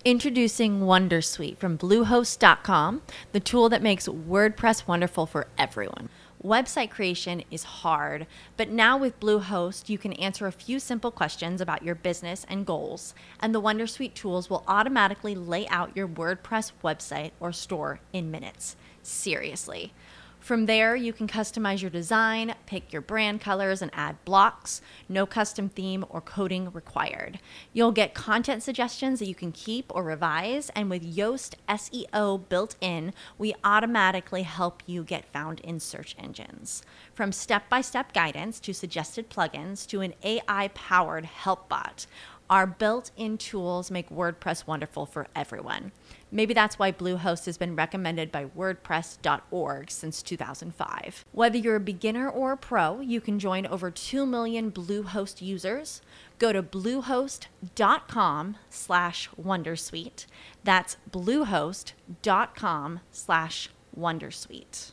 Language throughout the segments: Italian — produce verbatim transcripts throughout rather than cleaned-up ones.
Introducing Wondersuite from Bluehost dot com, the tool that makes WordPress wonderful for everyone. Website creation is hard, but now with Bluehost, you can answer a few simple questions about your business and goals, and the Wondersuite tools will automatically lay out your WordPress website or store in minutes. Seriously. From there, you can customize your design, pick your brand colors, and add blocks. No custom theme or coding required. You'll get content suggestions that you can keep or revise, and with Yoast S E O built in, we automatically help you get found in search engines. From step-by-step guidance to suggested plugins to an A I-powered help bot, our built-in tools make WordPress wonderful for everyone. Maybe that's why Bluehost has been recommended by WordPress dot org since two thousand five. Whether you're a beginner or a pro, you can join over two million Bluehost users. Go to bluehost dot com slash wondersuite. That's bluehost dot com slash wondersuite.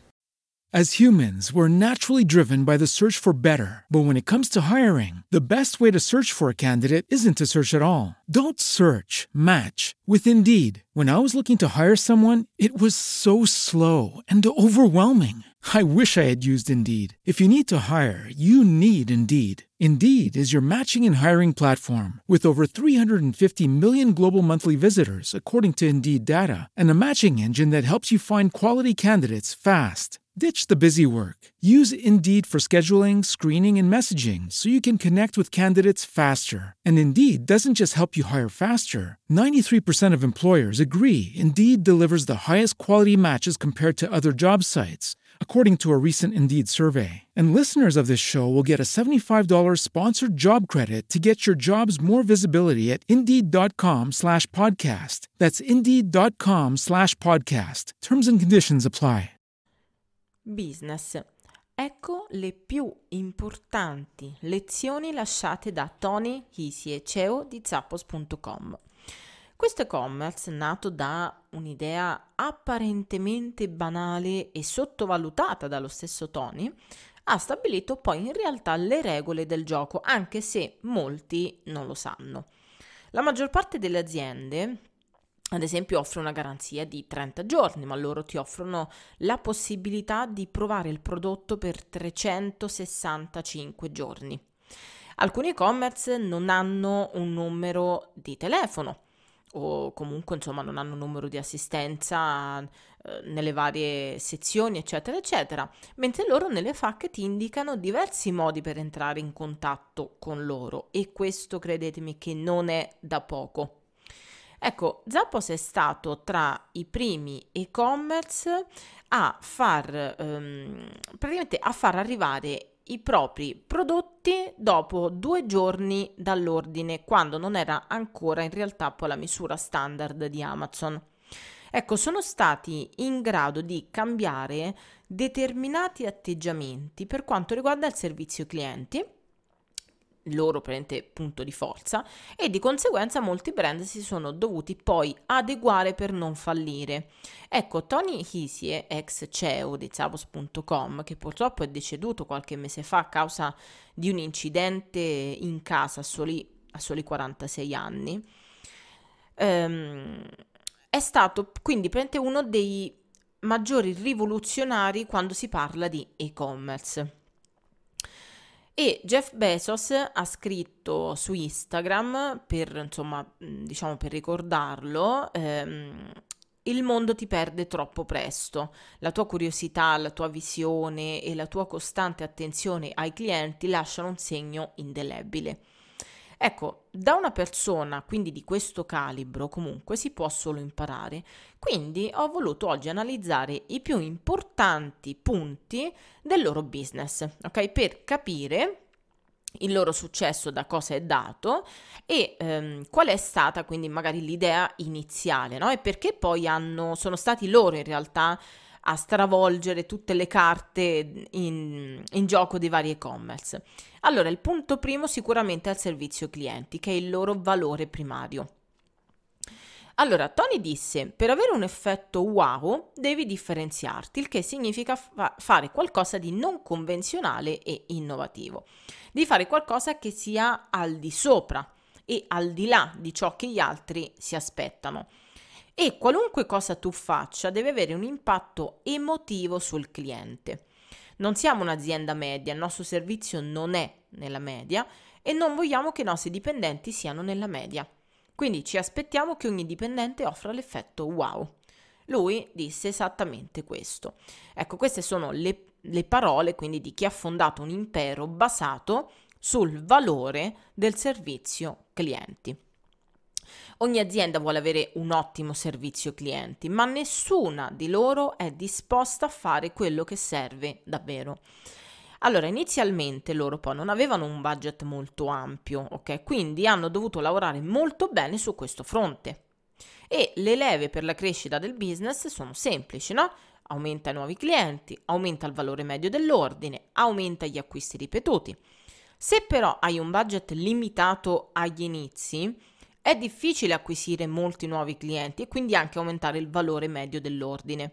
As humans, we're naturally driven by the search for better. But when it comes to hiring, the best way to search for a candidate isn't to search at all. Don't search, match with Indeed. When I was looking to hire someone, it was so slow and overwhelming. I wish I had used Indeed. If you need to hire, you need Indeed. Indeed is your matching and hiring platform with over three hundred fifty million global monthly visitors, according to Indeed data, and a matching engine that helps you find quality candidates fast. Ditch the busy work. Use Indeed for scheduling, screening, and messaging so you can connect with candidates faster. And Indeed doesn't just help you hire faster. ninety-three percent of employers agree Indeed delivers the highest quality matches compared to other job sites, according to a recent Indeed survey. And listeners of this show will get a seventy-five dollars sponsored job credit to get your jobs more visibility at Indeed.com slash podcast. That's Indeed.com slash podcast. Terms and conditions apply. Business. Ecco le più importanti lezioni lasciate da Tony Hisie, C E O di Zappos punto com. Questo e-commerce, nato da un'idea apparentemente banale e sottovalutata dallo stesso Tony, ha stabilito poi in realtà le regole del gioco, anche se molti non lo sanno. La maggior parte delle aziende, ad esempio, offre una garanzia di trenta giorni, ma loro ti offrono la possibilità di provare il prodotto per trecentosessantacinque giorni. Alcuni e-commerce non hanno un numero di telefono o comunque insomma non hanno un numero di assistenza eh, nelle varie sezioni, eccetera, eccetera, mentre loro nelle F A Q ti indicano diversi modi per entrare in contatto con loro, e questo credetemi che non è da poco. Ecco, Zappos è stato tra i primi e-commerce a far ehm, praticamente a far arrivare i propri prodotti dopo due giorni dall'ordine, quando non era ancora in realtà poi la misura standard di Amazon. Ecco, sono stati in grado di cambiare determinati atteggiamenti per quanto riguarda il servizio clienti, loro prende punto di forza, e di conseguenza molti brand si sono dovuti poi adeguare per non fallire. Ecco, Tony Hisie, ex C E O di Zappos punto com, che purtroppo è deceduto qualche mese fa a causa di un incidente in casa a soli, a soli quarantasei anni, ehm, è stato quindi prende uno dei maggiori rivoluzionari quando si parla di e-commerce. E Jeff Bezos ha scritto su Instagram, per insomma, diciamo per ricordarlo, ehm, il mondo ti perde troppo presto. La tua curiosità, la tua visione e la tua costante attenzione ai clienti lasciano un segno indelebile. Ecco, da una persona quindi di questo calibro comunque si può solo imparare, quindi ho voluto oggi analizzare i più importanti punti del loro business, ok? Per capire il loro successo, da cosa è dato e ehm, qual è stata quindi magari l'idea iniziale, no? E perché poi hanno, sono stati loro in realtà a stravolgere tutte le carte in, in gioco dei vari e-commerce. Allora, il punto primo sicuramente è il servizio clienti, che è il loro valore primario. Allora, Tony disse: per avere un effetto wow devi differenziarti, il che significa fa- fare qualcosa di non convenzionale e innovativo. Devi fare qualcosa che sia al di sopra e al di là di ciò che gli altri si aspettano. E qualunque cosa tu faccia deve avere un impatto emotivo sul cliente. Non siamo un'azienda media, il nostro servizio non è nella media e non vogliamo che i nostri dipendenti siano nella media. Quindi ci aspettiamo che ogni dipendente offra l'effetto wow. Lui disse esattamente questo. Ecco, queste sono le, le parole quindi di chi ha fondato un impero basato sul valore del servizio clienti. Ogni azienda vuole avere un ottimo servizio clienti, ma nessuna di loro è disposta a fare quello che serve davvero. Allora, inizialmente loro poi non avevano un budget molto ampio, ok? Quindi hanno dovuto lavorare molto bene su questo fronte. E le leve per la crescita del business sono semplici, no? Aumenta i nuovi clienti, aumenta il valore medio dell'ordine, aumenta gli acquisti ripetuti. Se però hai un budget limitato agli inizi, è difficile acquisire molti nuovi clienti e quindi anche aumentare il valore medio dell'ordine.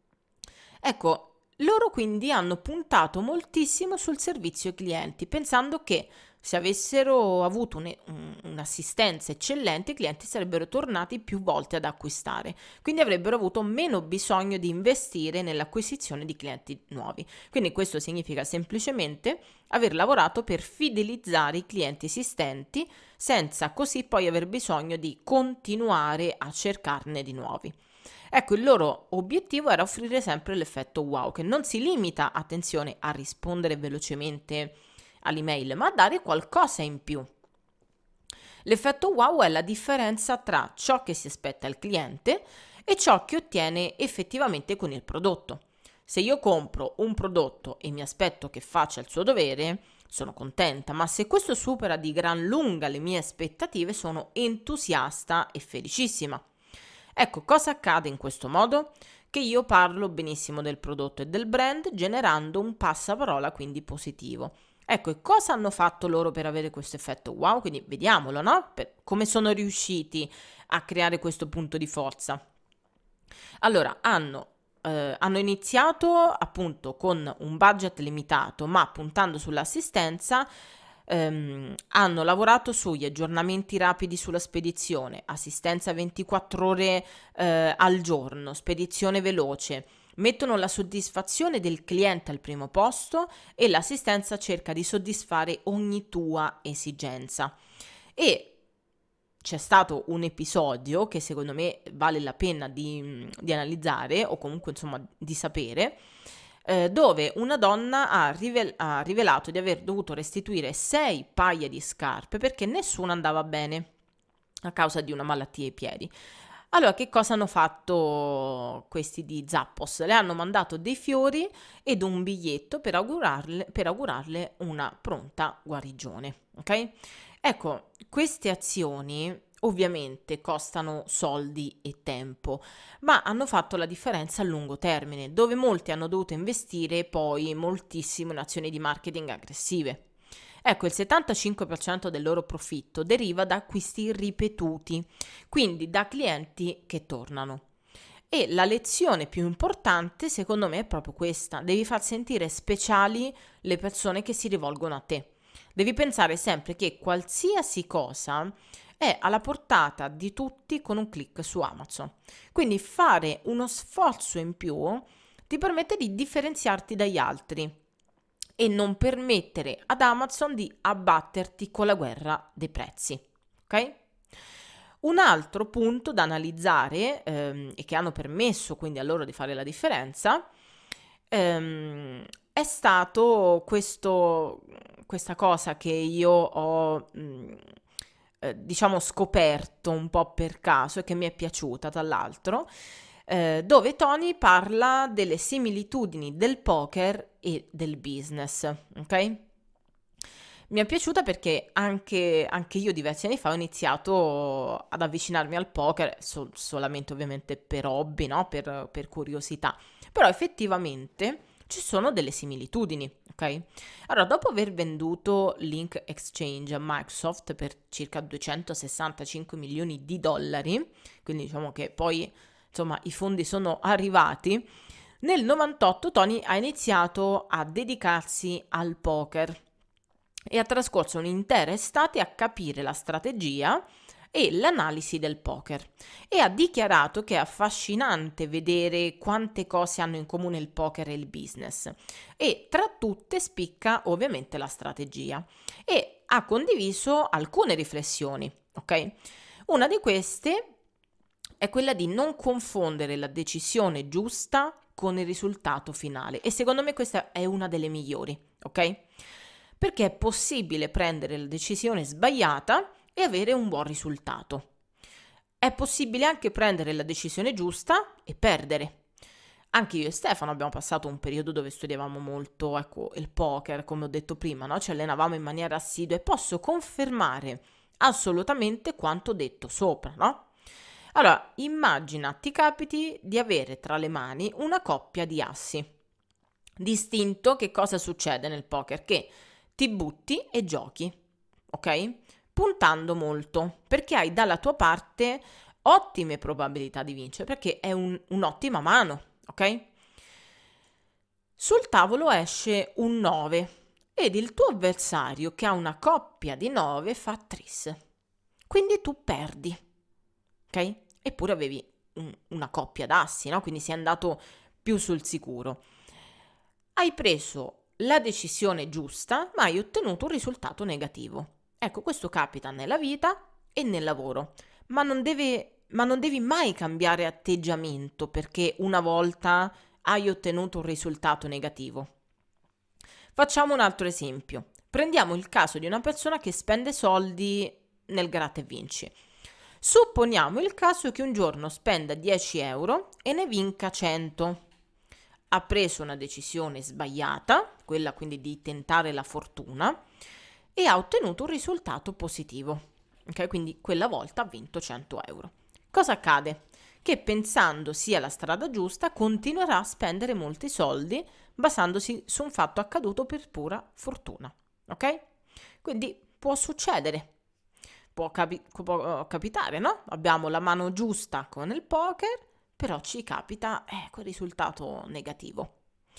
Ecco, loro quindi hanno puntato moltissimo sul servizio clienti, pensando che se avessero avuto un, un, un'assistenza eccellente, i clienti sarebbero tornati più volte ad acquistare, quindi avrebbero avuto meno bisogno di investire nell'acquisizione di clienti nuovi. Quindi questo significa semplicemente aver lavorato per fidelizzare i clienti esistenti, senza così poi aver bisogno di continuare a cercarne di nuovi. Ecco, il loro obiettivo era offrire sempre l'effetto wow, che non si limita, attenzione, a rispondere velocemente all'email, ma a dare qualcosa in più. L'effetto wow è la differenza tra ciò che si aspetta il cliente e ciò che ottiene effettivamente con il prodotto. Se io compro un prodotto e mi aspetto che faccia il suo dovere, sono contenta, ma se questo supera di gran lunga le mie aspettative, sono entusiasta e felicissima. Ecco, cosa accade in questo modo? Che io parlo benissimo del prodotto e del brand, generando un passaparola quindi positivo. Ecco, e cosa hanno fatto loro per avere questo effetto wow? Quindi vediamolo, no? Per come sono riusciti a creare questo punto di forza. Allora, hanno, eh, hanno iniziato appunto con un budget limitato, ma puntando sull'assistenza. Um, hanno lavorato sugli aggiornamenti rapidi sulla spedizione, assistenza ventiquattro ore uh, al giorno, spedizione veloce, mettono la soddisfazione del cliente al primo posto e l'assistenza cerca di soddisfare ogni tua esigenza. E c'è stato un episodio che secondo me vale la pena di, di analizzare o comunque insomma di sapere, dove una donna ha, rivel- ha rivelato di aver dovuto restituire sei paia di scarpe perché nessuna andava bene a causa di una malattia ai piedi. Allora, che cosa hanno fatto questi di Zappos? Le hanno mandato dei fiori ed un biglietto per augurarle, per augurarle una pronta guarigione, ok? Ecco, queste azioni ovviamente costano soldi e tempo, ma hanno fatto la differenza a lungo termine, dove molti hanno dovuto investire poi moltissimo in azioni di marketing aggressive. Ecco, il settantacinque per cento del loro profitto deriva da acquisti ripetuti, quindi da clienti che tornano. E la lezione più importante, secondo me, è proprio questa: devi far sentire speciali le persone che si rivolgono a te. Devi pensare sempre che qualsiasi cosa è alla portata di tutti con un click su Amazon. Quindi fare uno sforzo in più ti permette di differenziarti dagli altri e non permettere ad Amazon di abbatterti con la guerra dei prezzi. Ok? Un altro punto da analizzare ehm, e che hanno permesso quindi a loro di fare la differenza ehm, è stato questo, questa cosa che io ho mh, eh, diciamo scoperto un po' per caso e che mi è piaciuta tra l'altro, eh, dove Tony parla delle similitudini del poker e del business, ok? Mi è piaciuta perché anche, anche io diversi anni fa ho iniziato ad avvicinarmi al poker, so, solamente ovviamente per hobby, no? per, per curiosità, però effettivamente ci sono delle similitudini, ok? Allora, dopo aver venduto Link Exchange a Microsoft per circa duecentosessantacinque milioni di dollari, quindi diciamo che poi insomma i fondi sono arrivati, nel novantotto Tony ha iniziato a dedicarsi al poker. e ha trascorso un'intera estate a capire la strategia e l'analisi del poker e ha dichiarato che è affascinante vedere quante cose hanno in comune il poker e il business e tra tutte spicca ovviamente la strategia e ha condiviso alcune riflessioni, ok? Una di queste è quella di non confondere la decisione giusta con il risultato finale e secondo me questa è una delle migliori, ok? Perché è possibile prendere la decisione sbagliata e avere un buon risultato. È possibile anche prendere la decisione giusta e perdere. Anche io e Stefano abbiamo passato un periodo dove studiavamo molto, ecco, il poker, come ho detto prima, no? Ci allenavamo in maniera assidua e posso confermare assolutamente quanto detto sopra, no? Allora, immagina ti capiti di avere tra le mani una coppia di assi. Distinto, che cosa succede nel poker? Che ti butti e giochi, ok? Puntando molto, perché hai dalla tua parte ottime probabilità di vincere, perché è un, un'ottima mano, ok? Sul tavolo esce un nove ed il tuo avversario che ha una coppia di nove fa tris. Quindi tu perdi, ok? Eppure avevi un, una coppia d'assi, no? Quindi sei andato più sul sicuro. Hai preso la decisione giusta, ma hai ottenuto un risultato negativo. Ecco, questo capita nella vita e nel lavoro, ma non deve, ma non devi mai cambiare atteggiamento perché una volta hai ottenuto un risultato negativo. Facciamo un altro esempio. Prendiamo il caso di una persona che spende soldi nel gratta e vinci. Supponiamo il caso che un giorno spenda dieci euro e ne vinca cento. Ha preso una decisione sbagliata, quella quindi di tentare la fortuna, e ha ottenuto un risultato positivo. Ok, quindi quella volta ha vinto cento euro. Cosa accade? Che pensando sia la strada giusta continuerà a spendere molti soldi basandosi su un fatto accaduto per pura fortuna. Ok? Quindi può succedere, può, capi- può capitare, no? Abbiamo la mano giusta con il poker, però ci capita eh, quel risultato negativo.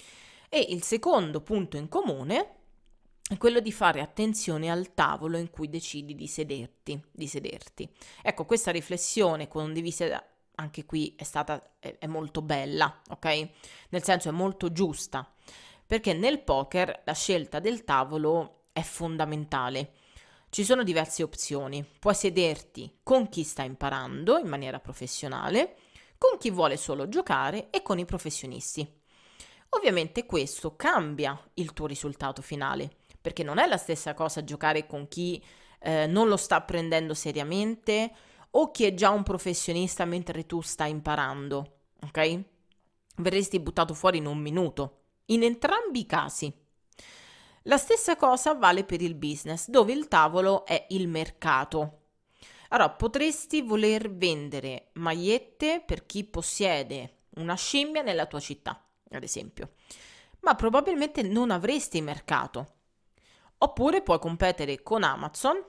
E il secondo punto in comune è quello di fare attenzione al tavolo in cui decidi di sederti, di sederti. Ecco, questa riflessione condivisa anche qui è stata è, è molto bella, ok? Nel senso è molto giusta, perché nel poker la scelta del tavolo è fondamentale. Ci sono diverse opzioni. Puoi sederti con chi sta imparando in maniera professionale, con chi vuole solo giocare e con i professionisti. Ovviamente questo cambia il tuo risultato finale, perché non è la stessa cosa giocare con chi eh, non lo sta prendendo seriamente o chi è già un professionista mentre tu stai imparando, ok? Verresti buttato fuori in un minuto, in entrambi i casi. La stessa cosa vale per il business, dove il tavolo è il mercato. Allora, potresti voler vendere magliette per chi possiede una scimmia nella tua città, ad esempio, ma probabilmente non avresti mercato. Oppure puoi competere con Amazon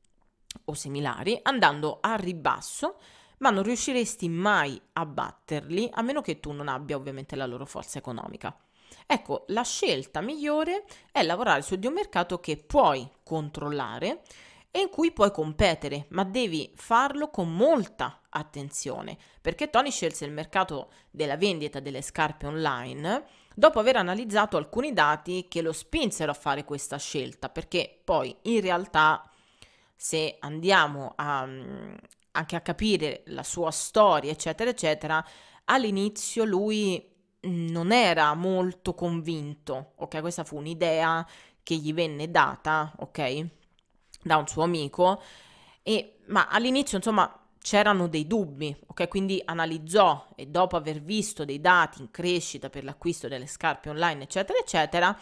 o similari andando a ribasso, ma non riusciresti mai a batterli a meno che tu non abbia ovviamente la loro forza economica. Ecco, la scelta migliore è lavorare su di un mercato che puoi controllare e in cui puoi competere, ma devi farlo con molta attenzione, perché Tony scelse il mercato della vendita delle scarpe online dopo aver analizzato alcuni dati che lo spinsero a fare questa scelta, perché poi in realtà se andiamo a, anche a capire la sua storia, eccetera, eccetera, all'inizio lui non era molto convinto, ok? Questa fu un'idea che gli venne data, ok? Da un suo amico, e, ma all'inizio insomma c'erano dei dubbi, ok? Quindi analizzò e dopo aver visto dei dati in crescita per l'acquisto delle scarpe online, eccetera, eccetera,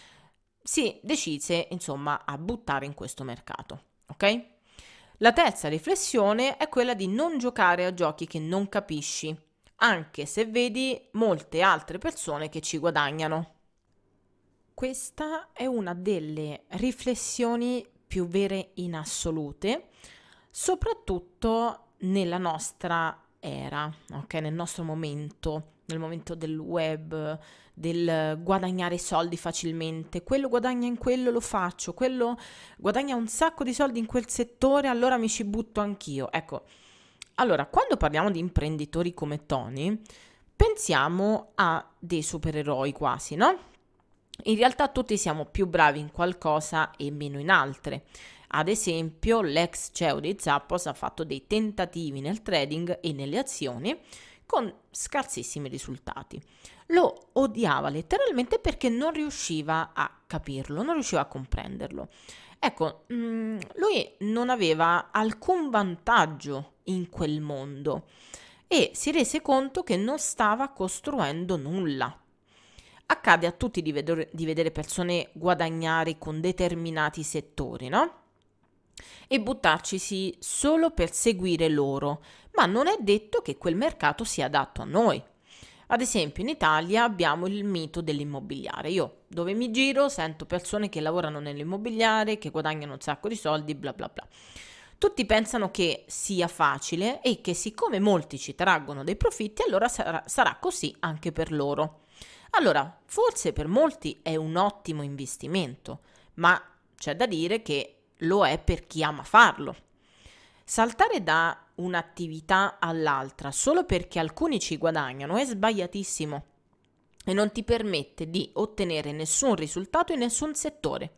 si decise insomma a buttare in questo mercato, ok? La terza riflessione è quella di non giocare a giochi che non capisci, anche se vedi molte altre persone che ci guadagnano. Questa è una delle riflessioni più vere in assolute, soprattutto nella nostra era, ok? Nel nostro momento, nel momento del web, del guadagnare soldi facilmente, quello guadagna in quello, lo faccio, quello guadagna un sacco di soldi in quel settore, allora mi ci butto anch'io. Ecco, allora, quando parliamo di imprenditori come Tony, pensiamo a dei supereroi quasi, no? In realtà tutti siamo più bravi in qualcosa e meno in altre. Ad esempio, l'ex C E O di Zappos ha fatto dei tentativi nel trading e nelle azioni con scarsissimi risultati. Lo odiava letteralmente perché non riusciva a capirlo, non riusciva a comprenderlo. Ecco, mh, lui non aveva alcun vantaggio in quel mondo e si rese conto che non stava costruendo nulla. Accade a tutti di vedere, di vedere persone guadagnare con determinati settori, no? E buttarcisi solo per seguire loro, ma non è detto che quel mercato sia adatto a noi. Ad esempio, in Italia abbiamo il mito dell'immobiliare. Io dove mi giro sento persone che lavorano nell'immobiliare, che guadagnano un sacco di soldi, bla bla bla. Tutti pensano che sia facile e che siccome molti ci traggono dei profitti, allora sarà, sarà così anche per loro. Allora, forse per molti è un ottimo investimento, ma c'è da dire che lo è per chi ama farlo. Saltare da un'attività all'altra solo perché alcuni ci guadagnano è sbagliatissimo e non ti permette di ottenere nessun risultato in nessun settore.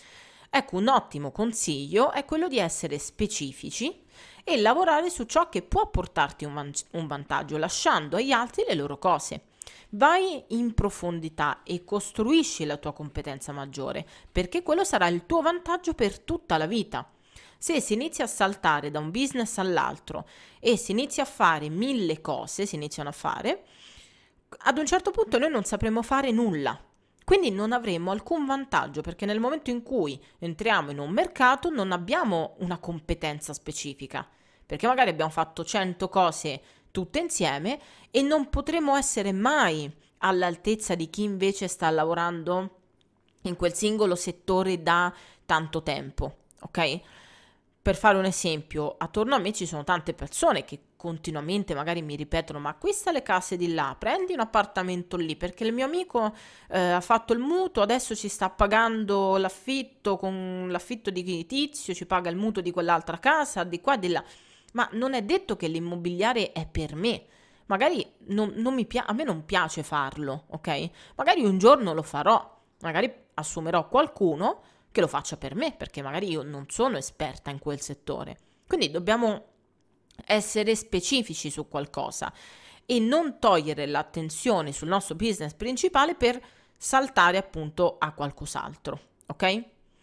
Ecco, un ottimo consiglio è quello di essere specifici e lavorare su ciò che può portarti un, van- un vantaggio, lasciando agli altri le loro cose. Vai in profondità e costruisci la tua competenza maggiore, perché quello sarà il tuo vantaggio per tutta la vita. Se si inizia a saltare da un business all'altro e si inizia a fare mille cose, si iniziano a fare, ad un certo punto noi non sapremo fare nulla. Quindi non avremo alcun vantaggio, perché nel momento in cui entriamo in un mercato non abbiamo una competenza specifica, perché magari abbiamo fatto cento cose tutte insieme e non potremo essere mai all'altezza di chi invece sta lavorando in quel singolo settore da tanto tempo, ok? Per fare un esempio, attorno a me ci sono tante persone che continuamente magari mi ripetono: ma acquista le case di là, prendi un appartamento lì, perché il mio amico eh, ha fatto il mutuo, adesso ci sta pagando l'affitto con l'affitto di tizio, ci paga il mutuo di quell'altra casa, di qua, di là. Ma non è detto che l'immobiliare è per me. Magari non, non mi pia- a me non piace farlo, ok? Magari un giorno lo farò, magari assumerò qualcuno che lo faccia per me, perché magari io non sono esperta in quel settore. Quindi dobbiamo essere specifici su qualcosa e non togliere l'attenzione sul nostro business principale per saltare appunto a qualcos'altro, ok?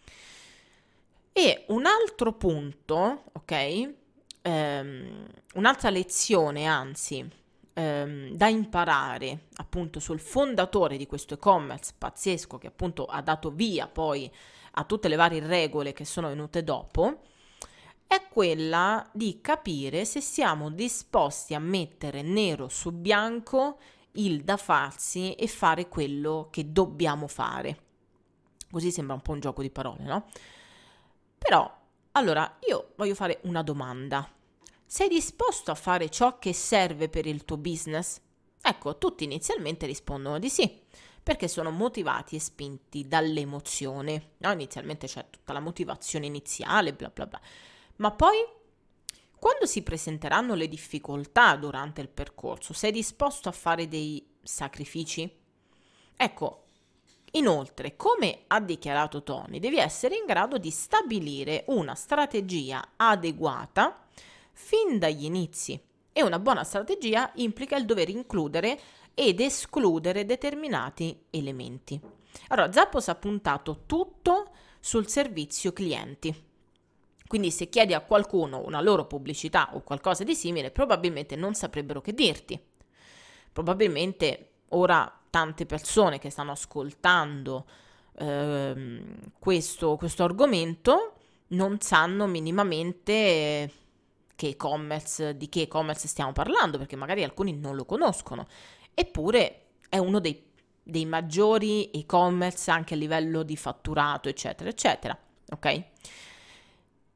E un altro punto, ok? Um, un'altra lezione, anzi, um, da imparare appunto sul fondatore di questo e-commerce pazzesco che appunto ha dato via poi a tutte le varie regole che sono venute dopo, è quella di capire se siamo disposti a mettere nero su bianco il da farsi e fare quello che dobbiamo fare. Così sembra un po' un gioco di parole, no? Però, allora, io voglio fare una domanda. Sei disposto a fare ciò che serve per il tuo business? Ecco, tutti inizialmente rispondono di sì, perché sono motivati e spinti dall'emozione, no? Inizialmente c'è tutta la motivazione iniziale, bla bla bla. Ma poi, quando si presenteranno le difficoltà durante il percorso, sei disposto a fare dei sacrifici? Ecco, inoltre, come ha dichiarato Tony, devi essere in grado di stabilire una strategia adeguata fin dagli inizi. E una buona strategia implica il dover includere ed escludere determinati elementi. Allora, Zappos ha puntato tutto sul servizio clienti. Quindi se chiedi a qualcuno una loro pubblicità o qualcosa di simile, probabilmente non saprebbero che dirti. Probabilmente ora tante persone che stanno ascoltando ehm, questo, questo argomento non sanno minimamente che e-commerce, di che e-commerce stiamo parlando, perché magari alcuni non lo conoscono. Eppure è uno dei, dei maggiori e-commerce anche a livello di fatturato, eccetera, eccetera. Ok?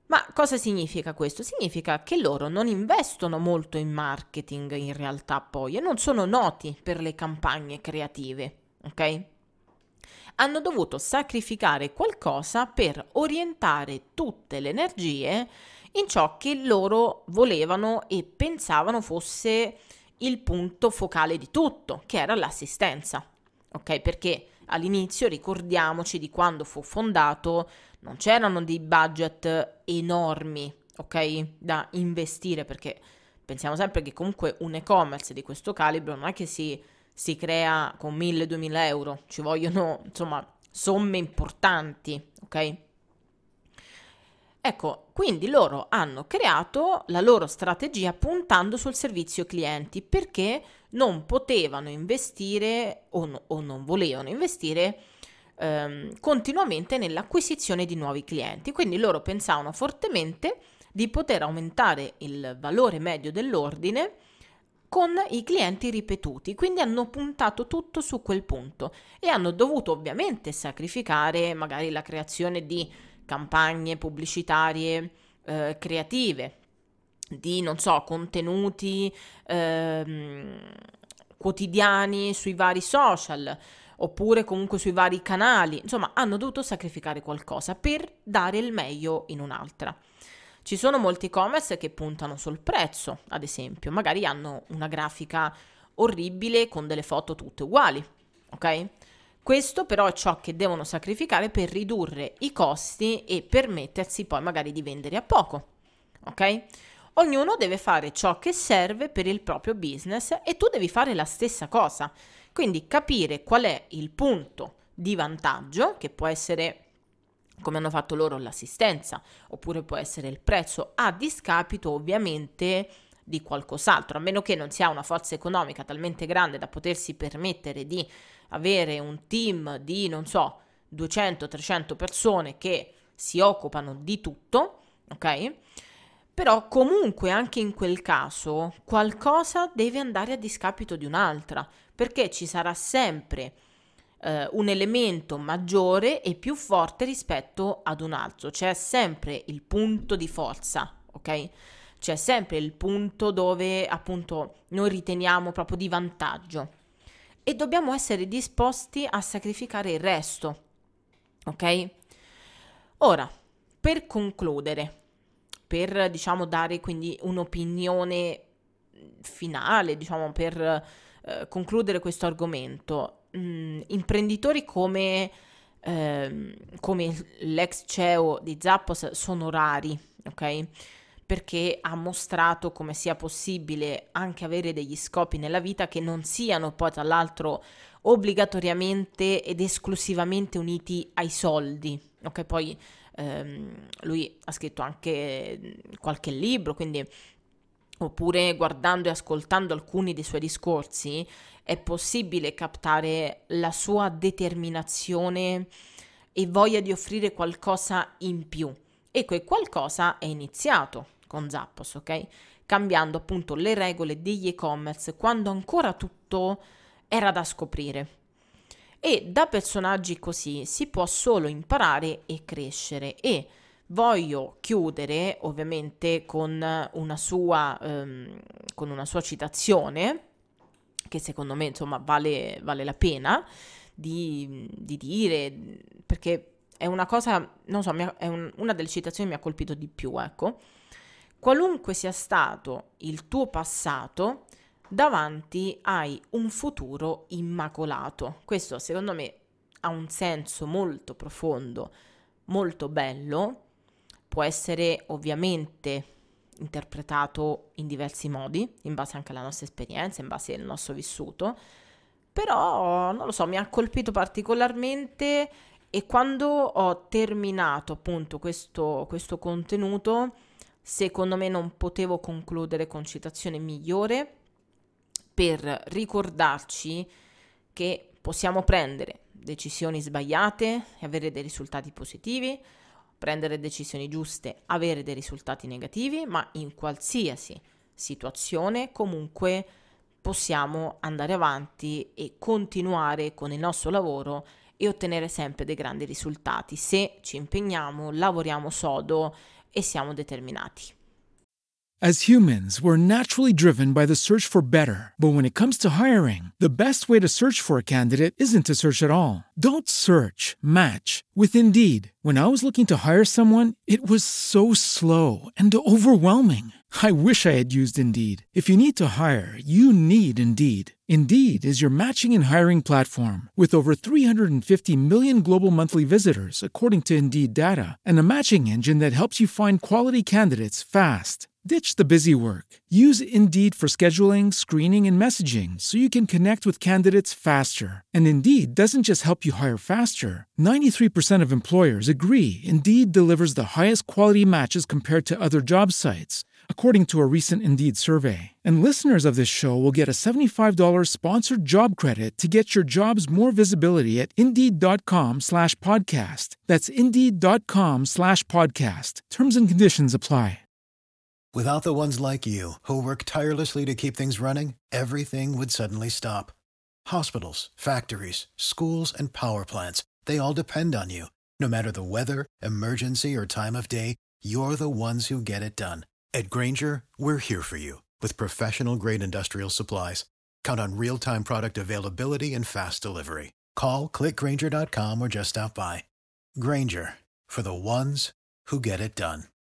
Ma cosa significa questo? Significa che loro non investono molto in marketing in realtà poi e non sono noti per le campagne creative, ok? Hanno dovuto sacrificare qualcosa per orientare tutte le energie in ciò che loro volevano e pensavano fosse il punto focale di tutto, che era l'assistenza, ok? Perché all'inizio, ricordiamoci di quando fu fondato, non c'erano dei budget enormi, ok? Da investire, perché pensiamo sempre che comunque un e-commerce di questo calibro non è che si, si crea con mille-duemila euro, ci vogliono insomma somme importanti, ok? Ecco, quindi loro hanno creato la loro strategia puntando sul servizio clienti perché non potevano investire o, no, o non volevano investire ehm, continuamente nell'acquisizione di nuovi clienti. Quindi loro pensavano fortemente di poter aumentare il valore medio dell'ordine con i clienti ripetuti, quindi hanno puntato tutto su quel punto e hanno dovuto ovviamente sacrificare magari la creazione di campagne pubblicitarie eh, creative, di non so, contenuti ehm, quotidiani sui vari social oppure comunque sui vari canali, insomma hanno dovuto sacrificare qualcosa per dare il meglio in un'altra. Ci sono molti e-commerce che puntano sul prezzo, ad esempio, magari hanno una grafica orribile con delle foto tutte uguali, ok? Questo però è ciò che devono sacrificare per ridurre i costi e permettersi poi magari di vendere a poco, ok? Ognuno deve fare ciò che serve per il proprio business e tu devi fare la stessa cosa. Quindi capire qual è il punto di vantaggio, che può essere, come hanno fatto loro, l'assistenza, oppure può essere il prezzo, a discapito ovviamente di qualcos'altro, a meno che non si ha una forza economica talmente grande da potersi permettere di avere un team di, non so, duecento trecento persone che si occupano di tutto, ok? Però comunque anche in quel caso qualcosa deve andare a discapito di un'altra, perché ci sarà sempre eh, un elemento maggiore e più forte rispetto ad un altro. C'è sempre il punto di forza, ok? C'è sempre il punto dove appunto noi riteniamo proprio di vantaggio e dobbiamo essere disposti a sacrificare il resto, ok? Ora, per concludere, per diciamo dare quindi un'opinione finale, diciamo per eh, concludere questo argomento, mh, imprenditori come, eh, come l'ex C E O di Zappos sono rari, ok? Perché ha mostrato come sia possibile anche avere degli scopi nella vita che non siano poi tra l'altro obbligatoriamente ed esclusivamente uniti ai soldi, ok? Poi ehm, lui ha scritto anche qualche libro, quindi oppure guardando e ascoltando alcuni dei suoi discorsi è possibile captare la sua determinazione e voglia di offrire qualcosa in più. E quel qualcosa è iniziato con Zappos, ok? Cambiando appunto le regole degli e-commerce quando ancora tutto era da scoprire. E da personaggi così si può solo imparare e crescere. E voglio chiudere ovviamente con una sua, ehm, con una sua citazione, che secondo me insomma vale, vale la pena di, di dire, perché è una cosa, non so, mi ha- è un- una delle citazioni che mi ha colpito di più, ecco. Qualunque sia stato il tuo passato, davanti hai un futuro immacolato. Questo secondo me ha un senso molto profondo, molto bello, può essere ovviamente interpretato in diversi modi, in base anche alla nostra esperienza, in base al nostro vissuto, però non lo so, mi ha colpito particolarmente e quando ho terminato appunto questo, questo contenuto, secondo me non potevo concludere con citazione migliore per ricordarci che possiamo prendere decisioni sbagliate e avere dei risultati positivi, prendere decisioni giuste, avere dei risultati negativi, ma in qualsiasi situazione comunque possiamo andare avanti e continuare con il nostro lavoro e ottenere sempre dei grandi risultati se ci impegniamo, lavoriamo sodo e siamo determinati. As humans, we're naturally driven by the search for better. But when it comes to hiring, the best way to search for a candidate isn't to search at all. Don't search, match with Indeed. When I was looking to hire someone, it was so slow and overwhelming. I wish I had used Indeed. If you need to hire, you need Indeed. Indeed is your matching and hiring platform with over three hundred fifty million global monthly visitors, according to Indeed data, and a matching engine that helps you find quality candidates fast. Ditch the busy work. Use Indeed for scheduling, screening, and messaging so you can connect with candidates faster. And Indeed doesn't just help you hire faster. ninety-three percent of employers agree Indeed delivers the highest quality matches compared to other job sites, according to a recent Indeed survey. And listeners of this show will get a seventy-five dollars sponsored job credit to get your jobs more visibility at Indeed.com slash podcast. That's Indeed.com slash podcast. Terms and conditions apply. Without the ones like you, who work tirelessly to keep things running, everything would suddenly stop. Hospitals, factories, schools, and power plants, they all depend on you. No matter the weather, emergency, or time of day, you're the ones who get it done. At Grainger, we're here for you with professional-grade industrial supplies. Count on real-time product availability and fast delivery. Call, click Grainger dot com, or just stop by. Grainger, for the ones who get it done.